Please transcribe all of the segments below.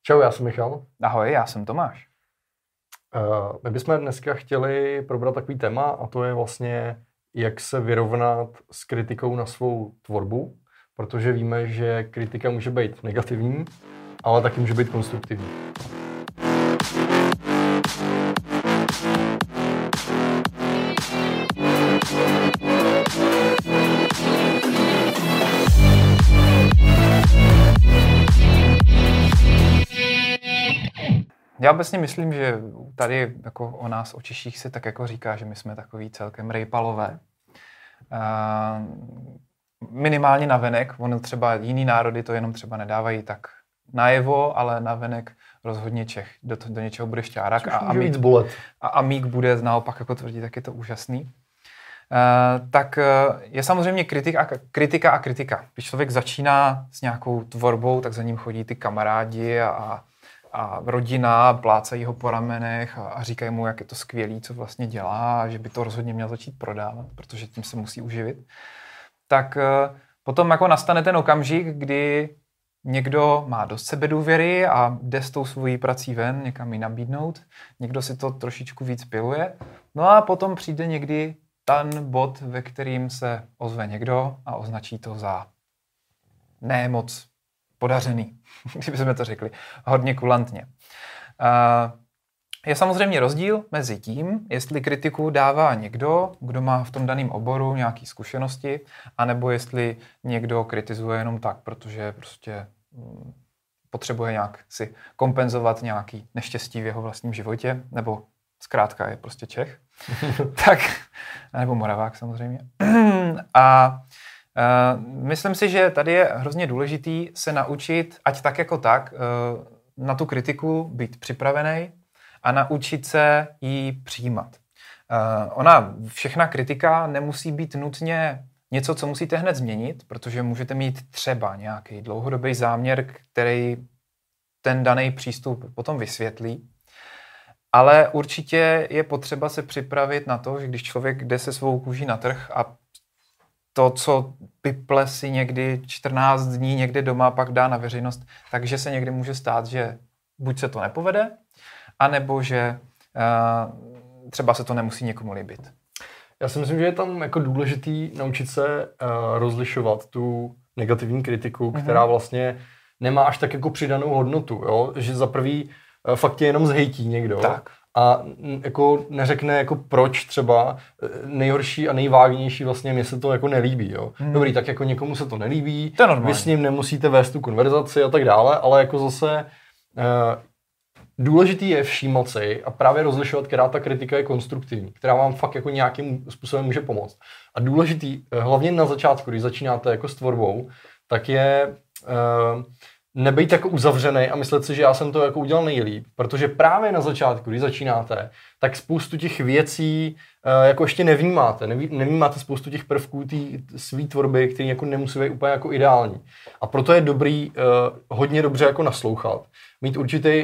Čau, já jsem Michal. Ahoj, já jsem Tomáš. My bychom dneska chtěli probrat takový téma, a to je vlastně, jak se vyrovnat s kritikou na svou tvorbu, protože víme, že kritika může být negativní, ale taky může být konstruktivní. Já obecně myslím, že tady jako o nás, o Češích se tak jako říká, že my jsme takový celkem rejpalové. Minimálně navenek, ono třeba jiný národy to jenom třeba nedávají tak najevo, ale navenek rozhodně Čech do něčeho bude šťárak a Mík bude naopak jako tvrdit, tak je to úžasný. Tak je samozřejmě kritika a kritika. Když člověk začíná s nějakou tvorbou, tak za ním chodí ty kamarádi a rodina, plácají ho po ramenech a říkají mu, jak je to skvělý, co vlastně dělá, že by to rozhodně měl začít prodávat, protože tím se musí uživit. Tak potom jako nastane ten okamžik, kdy někdo má dost sebedůvěry a jde s tou svojí prací ven, někam ji nabídnout, někdo si to trošičku víc piluje, no a potom přijde někdy ten bod, ve kterým se ozve někdo a označí to za ne moc podařený, kdybychom to řekli, hodně kulantně. Je samozřejmě rozdíl mezi tím, jestli kritiku dává někdo, kdo má v tom daném oboru nějaké zkušenosti, anebo jestli někdo kritizuje jenom tak, protože prostě potřebuje nějak si kompenzovat nějaký neštěstí v jeho vlastním životě, nebo zkrátka je prostě Čech. Tak, nebo Moravák samozřejmě. Myslím si, že tady je hrozně důležitý se naučit, ať tak jako tak, na tu kritiku být připravený a naučit se ji přijímat. Ona všechna kritika nemusí být nutně něco, co musíte hned změnit, protože můžete mít třeba nějaký dlouhodobý záměr, který ten daný přístup potom vysvětlí. Ale určitě je potřeba se připravit na to, že když člověk jde se svou kůží na trh a to, co piple si někdy 14 dní někde doma, pak dá na veřejnost, takže se někdy může stát, že buď se to nepovede, anebo že třeba se to nemusí někomu líbit. Já si myslím, že je tam jako důležitý naučit se rozlišovat tu negativní kritiku, která vlastně nemá až tak jako přidanou hodnotu, jo? Že za prvý fakt tě jenom zhejtí někdo. Tak. A jako neřekne jako proč třeba nejhorší a nejvágnější vlastně mně se to jako nelíbí, jo. Dobrý, tak jako někomu se to nelíbí, vy s ním nemusíte vést tu konverzaci a tak dále, ale jako zase důležitý je všímat si a právě rozlišovat, která ta kritika je konstruktivní, která vám fakt jako nějakým způsobem může pomoct. A důležitý, hlavně na začátku, když začínáte jako s tvorbou, tak je nebejt jako uzavřený a myslet si, že já jsem to jako udělal nejlíp, protože právě na začátku, když začínáte, tak spoustu těch věcí jako ještě nevnímáte. Nevnímáte spoustu těch prvků té své tvorby, které jako nemusí být úplně jako ideální. A proto je dobrý hodně dobře jako naslouchat. Mít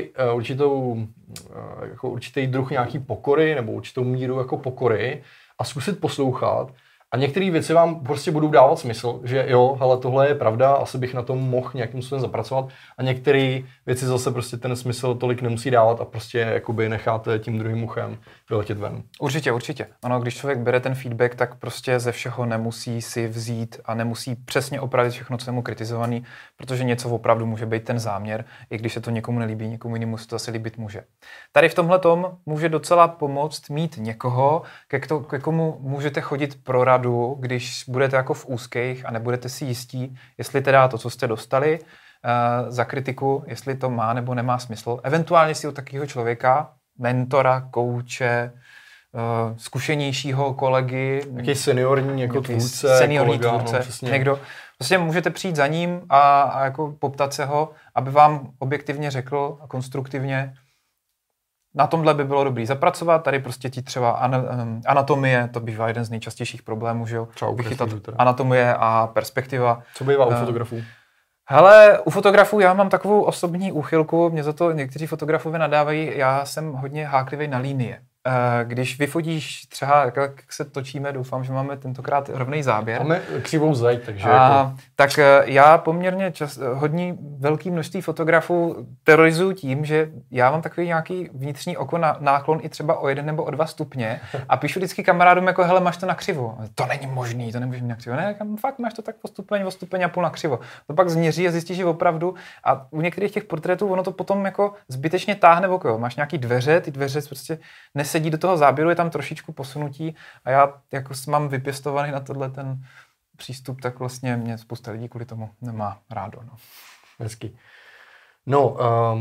určitý druh nějaký pokory nebo určitou míru jako pokory a zkusit poslouchat. A některé věci vám prostě budou dávat smysl, že jo, hele, tohle je pravda, asi bych na tom mohl nějakým způsobem zapracovat. A některé věci zase prostě ten smysl tolik nemusí dávat a prostě jakoby necháte tím druhým uchem vyletět ven. Určitě. Ano, když člověk bere ten feedback, tak prostě ze všeho nemusí si vzít a nemusí přesně opravit všechno, co je mu kritizovaný, protože něco opravdu může být ten záměr, i když se to někomu nelíbí, někomu jinému se to asi líbit může. Tady v tomhletom může docela pomoct mít někoho, ke komu můžete chodit pro radu, když budete jako v úzkých a nebudete si jistí, jestli teda to, co jste dostali za kritiku, jestli to má nebo nemá smysl. Eventuálně si od takového člověka, mentora, kouče, zkušenějšího kolegy, nějaký seniorní jako tvůrce, někdo. Prostě můžete přijít za ním a jako poptat se ho, aby vám objektivně řekl a konstruktivně, na tomhle by bylo dobrý zapracovat, tady prostě ti třeba anatomie, to bývá jeden z nejčastějších problémů, že jo? Vychytat anatomie a perspektiva. Co bývá u fotografů? Hele, u fotografů já mám takovou osobní úchylku, mě za to někteří fotografové nadávají, já jsem hodně háklivý na linie. když vyfotíš třeba, jak se točíme, doufám, že máme tentokrát rovný záběr. Máme křivou zeď, takže... Tak já poměrně hodně velký množství fotografů terorizuju tím, že já mám takový nějaký vnitřní oko náklon i třeba o 1 nebo o 2 stupně a píšu vždycky kamarádům jako, hele, máš to na křivo. To není možný, to nemůžeš mít na křivo. Ne, fakt máš to tak o stupeň a půl na křivo. To pak změří a zjistíš, že opravdu. A u některých těch portrétů ono to potom jako zbytečně táhne oko. Máš nějaký dveře, ty dveře prostě nesedí do toho záběru, je tam trošičku posunutí a já jako mám vypěstovaný na tohle ten přístup, tak vlastně mě spousta lidí kvůli tomu nemá rádo. No. Hezky. No,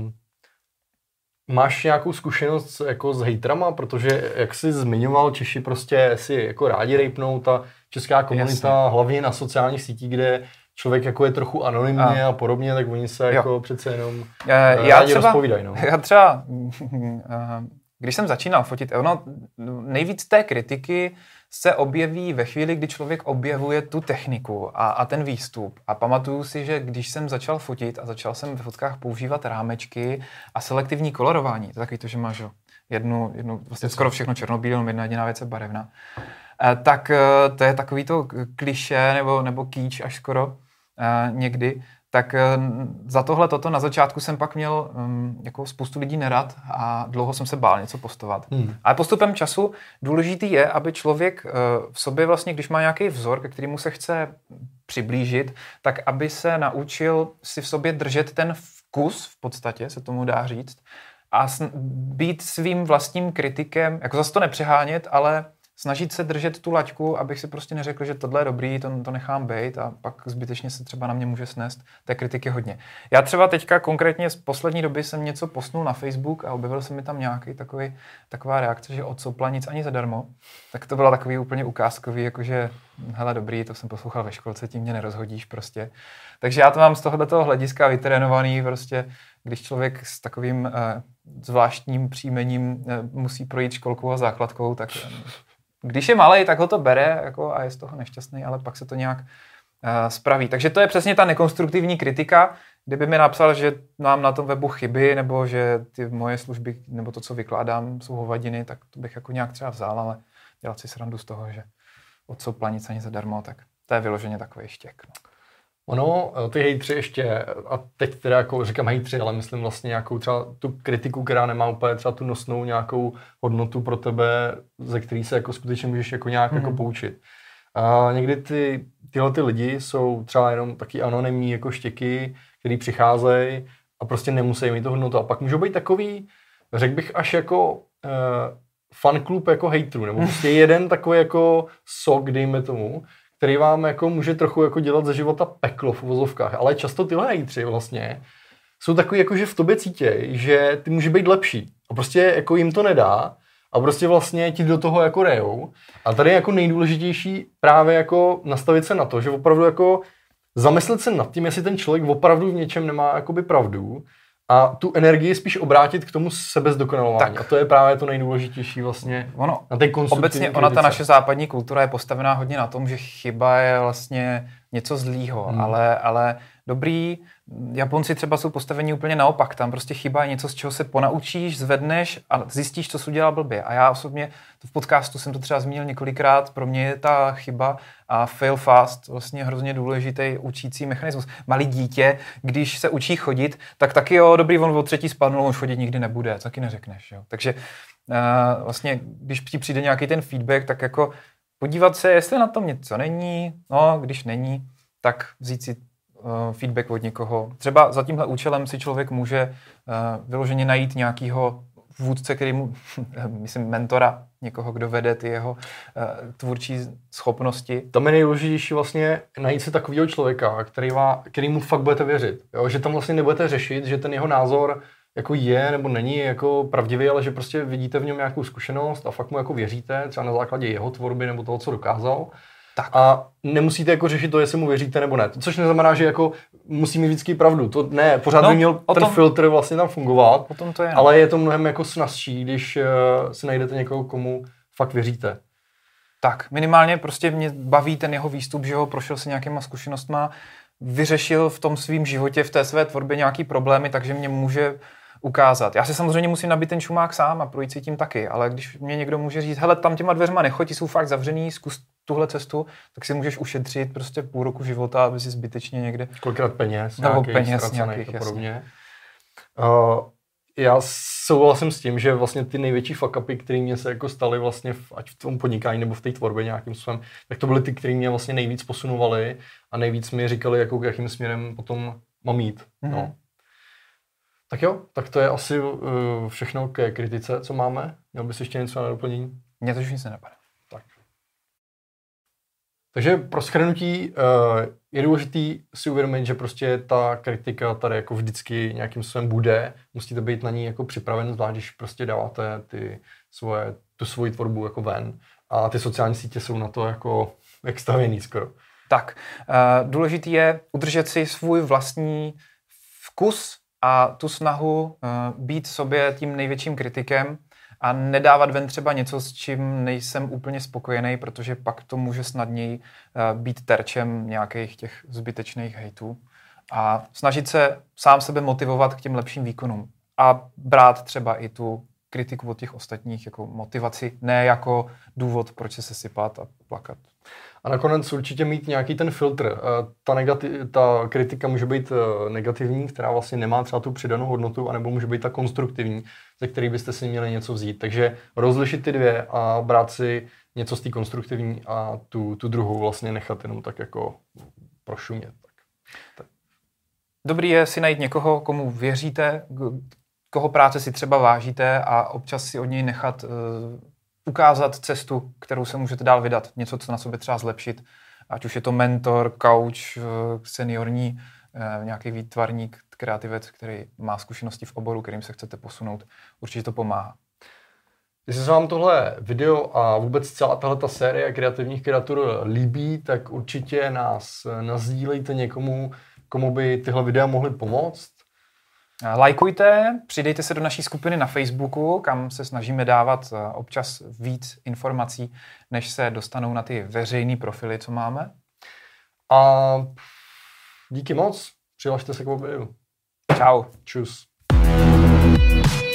máš nějakou zkušenost jako s hejtrama, protože jak jsi zmiňoval, Češi prostě si jako rádi rejpnou, ta česká komunita, hlavně na sociálních sítích, kde člověk jako je trochu anonymně a podobně, tak oni se jako přece jenom rádi rozpovídají. No. Já třeba, když jsem začínal fotit, nejvíc té kritiky se objeví ve chvíli, kdy člověk objevuje tu techniku a ten výstup. A pamatuju si, že když jsem začal fotit a začal jsem ve fotkách používat rámečky a selektivní kolorování, to je takový to, že máš jednu vlastně skoro všechno černobílé, jedna jediná věc je barevná, tak to je takový to klišé nebo kýč až skoro někdy. Tak za toto na začátku jsem pak měl jako spoustu lidí nerad a dlouho jsem se bál něco postovat. Ale postupem času důležitý je, aby člověk v sobě vlastně, když má nějaký vzor, ke kterému se chce přiblížit, tak aby se naučil si v sobě držet ten vkus, v podstatě se tomu dá říct, a být svým vlastním kritikem, jako zase to nepřehánět, ale snažit se držet tu laťku, abych si prostě neřekl, že tohle je dobrý, to nechám bejt a pak zbytečně se třeba na mě může snést té kritiky hodně. Já třeba teďka konkrétně z poslední doby jsem něco postnul na Facebook a objevil se mi tam nějaký taková reakce, že odsoupla nic ani zadarmo. Tak to bylo takový úplně ukázkový, jakože hele dobrý, to jsem poslouchal ve školce, tím mě nerozhodíš prostě. Takže já to mám z tohoto hlediska vytrénovaný prostě, když člověk s takovým zvláštním příjmením musí projít školkou a základkou, tak když je malej, tak ho to bere jako, a je z toho nešťastný, ale pak se to nějak spraví. Takže to je přesně ta nekonstruktivní kritika. Kdyby mi napsal, že mám na tom webu chyby, nebo že ty moje služby, nebo to, co vykládám, jsou hovadiny, tak to bych jako nějak třeba vzal, ale dělat si srandu z toho, že odsoupla nic ani zadarmo, tak to je vyloženě takový štěk. No. Ono, ty hejtři ještě, a teď teda jako říkám hejtři, ale myslím vlastně nějakou třeba tu kritiku, která nemá úplně třeba tu nosnou nějakou hodnotu pro tebe, ze který se jako skutečně můžeš jako nějak jako poučit. A někdy tyhle ty lidi jsou třeba jenom taky anonymní jako štěky, který přicházejí a prostě nemusí mít to hodnotu. A pak můžou být takový, řekl bych až jako fanklub jako hejtrů, nebo prostě jeden takový jako sok, dejme tomu, který vám jako může trochu jako dělat ze života peklo v uvozovkách, ale často tyhle hejtři vlastně jsou takový jako, že v tobě cítěj, že ty může být lepší a prostě jako jim to nedá a prostě vlastně ti do toho jako rejou a tady je jako nejdůležitější právě jako nastavit se na to, že opravdu jako zamyslet se nad tím, jestli ten člověk opravdu v něčem nemá jakoby pravdu a tu energii spíš obrátit k tomu sebezdokonalování. A to je právě to nejdůležitější vlastně na té konstruktivní obecně kritice. Ta naše západní kultura je postavená hodně na tom, že chyba je vlastně něco zlýho, ale dobrý, Japonci třeba jsou postavení úplně naopak, tam prostě chyba je něco, z čeho se ponaučíš, zvedneš a zjistíš, co jsi udělal blbě. A já osobně, v podcastu jsem to třeba zmínil několikrát, pro mě je ta chyba a fail fast vlastně hrozně důležitý učící mechanismus. Malý dítě, když se učí chodit, tak taky dobrý, on o 3. spadnul, on už chodit nikdy nebude, taky neřekneš. Jo. Takže vlastně, když ti přijde nějaký ten feedback, tak jako podívat se, jestli na tom něco není, když není, tak vzít si feedback od někoho. Třeba za tímhle účelem si člověk může vyloženě najít nějakého vůdce, který mu, myslím, mentora, někoho, kdo vede ty jeho tvůrčí schopnosti. Tam je nejdůležitější vlastně najít si takového člověka, který mu fakt budete věřit. Jo? Že tam vlastně nebudete řešit, že ten jeho názor jako je nebo není jako pravdivý, ale že prostě vidíte v něm nějakou zkušenost a fakt mu jako věříte, třeba na základě jeho tvorby nebo toho, co dokázal. Tak. A nemusíte jako řešit to, jestli mu věříte nebo ne. Což neznamená, že jako musí mít vždycky pravdu. To ne, pořád by měl ten filtr vlastně tam fungovat, to je, ale je to mnohem jako snazší, když si najdete někoho, komu fakt věříte. Tak, minimálně prostě mě baví ten jeho výstup, že ho prošel si nějakýma zkušenostma, vyřešil v tom svým životě, v té své tvorbě nějaký problémy, takže mě může ukázat. Já si samozřejmě musím nabít ten čumák sám a projít si tím taky, ale když mě někdo může říct, hele, tam těma dveřma nechoď, jsou fakt zavřený, zkus tuhle cestu, tak si můžeš ušetřit prostě půl roku života, aby si zbytečně někde... Kolikrát peněz, nějakých a podobně. Já souhlasím s tím, že vlastně ty největší fuck-upy, které mě se jako staly vlastně ať v tom podnikání nebo v té tvorbě nějakým způsobem, tak to byly ty, které mě vlastně nejvíc posunovaly a nejvíc mi říkali, jako jakým směrem potom mám jít. No. Tak jo, tak to je asi všechno ke kritice, co máme. Měl bys ještě něco na doplnění? Mně to už nic nenapadá. Tak. Takže pro shrnutí je důležitý si uvědomit, že prostě ta kritika tady jako vždycky nějakým způsobem bude. Musíte být na ní jako připraven, zvlášť když prostě dáváte tu svoji tvorbu jako ven. A ty sociální sítě jsou na to jako stavěný skoro. Tak, důležitý je udržet si svůj vlastní vkus a tu snahu být sobě tím největším kritikem a nedávat ven třeba něco, s čím nejsem úplně spokojený, protože pak to může snadněji být terčem nějakých těch zbytečných hejtů. A snažit se sám sebe motivovat k těm lepším výkonům. A brát třeba i tu kritiku od těch ostatních jako motivaci, ne jako důvod, proč se sypat a plakat. A nakonec určitě mít nějaký ten filtr. Ta kritika může být negativní, která vlastně nemá třeba tu přidanou hodnotu, anebo může být ta konstruktivní, ze který byste si měli něco vzít. Takže rozlišit ty dvě a brát si něco z té konstruktivní a tu druhou vlastně nechat jenom tak jako prošumět. Tak. Dobrý je si najít někoho, komu věříte, koho práce si třeba vážíte a občas si od něj nechat ukázat cestu, kterou se můžete dál vydat. Něco, co na sobě třeba zlepšit. Ať už je to mentor, coach, seniorní, nějaký výtvarník, kreativec, který má zkušenosti v oboru, kterým se chcete posunout. Určitě to pomáhá. Jestli se vám tohle video a vůbec celá tahleta série kreativních kreatur líbí, tak určitě nás nasdílejte někomu, komu by tyhle videa mohly pomoct. Lajkujte, přidejte se do naší skupiny na Facebooku, kam se snažíme dávat občas víc informací, než se dostanou na ty veřejné profily, co máme. A díky moc, přihlašte se k videu. Čau. Čus.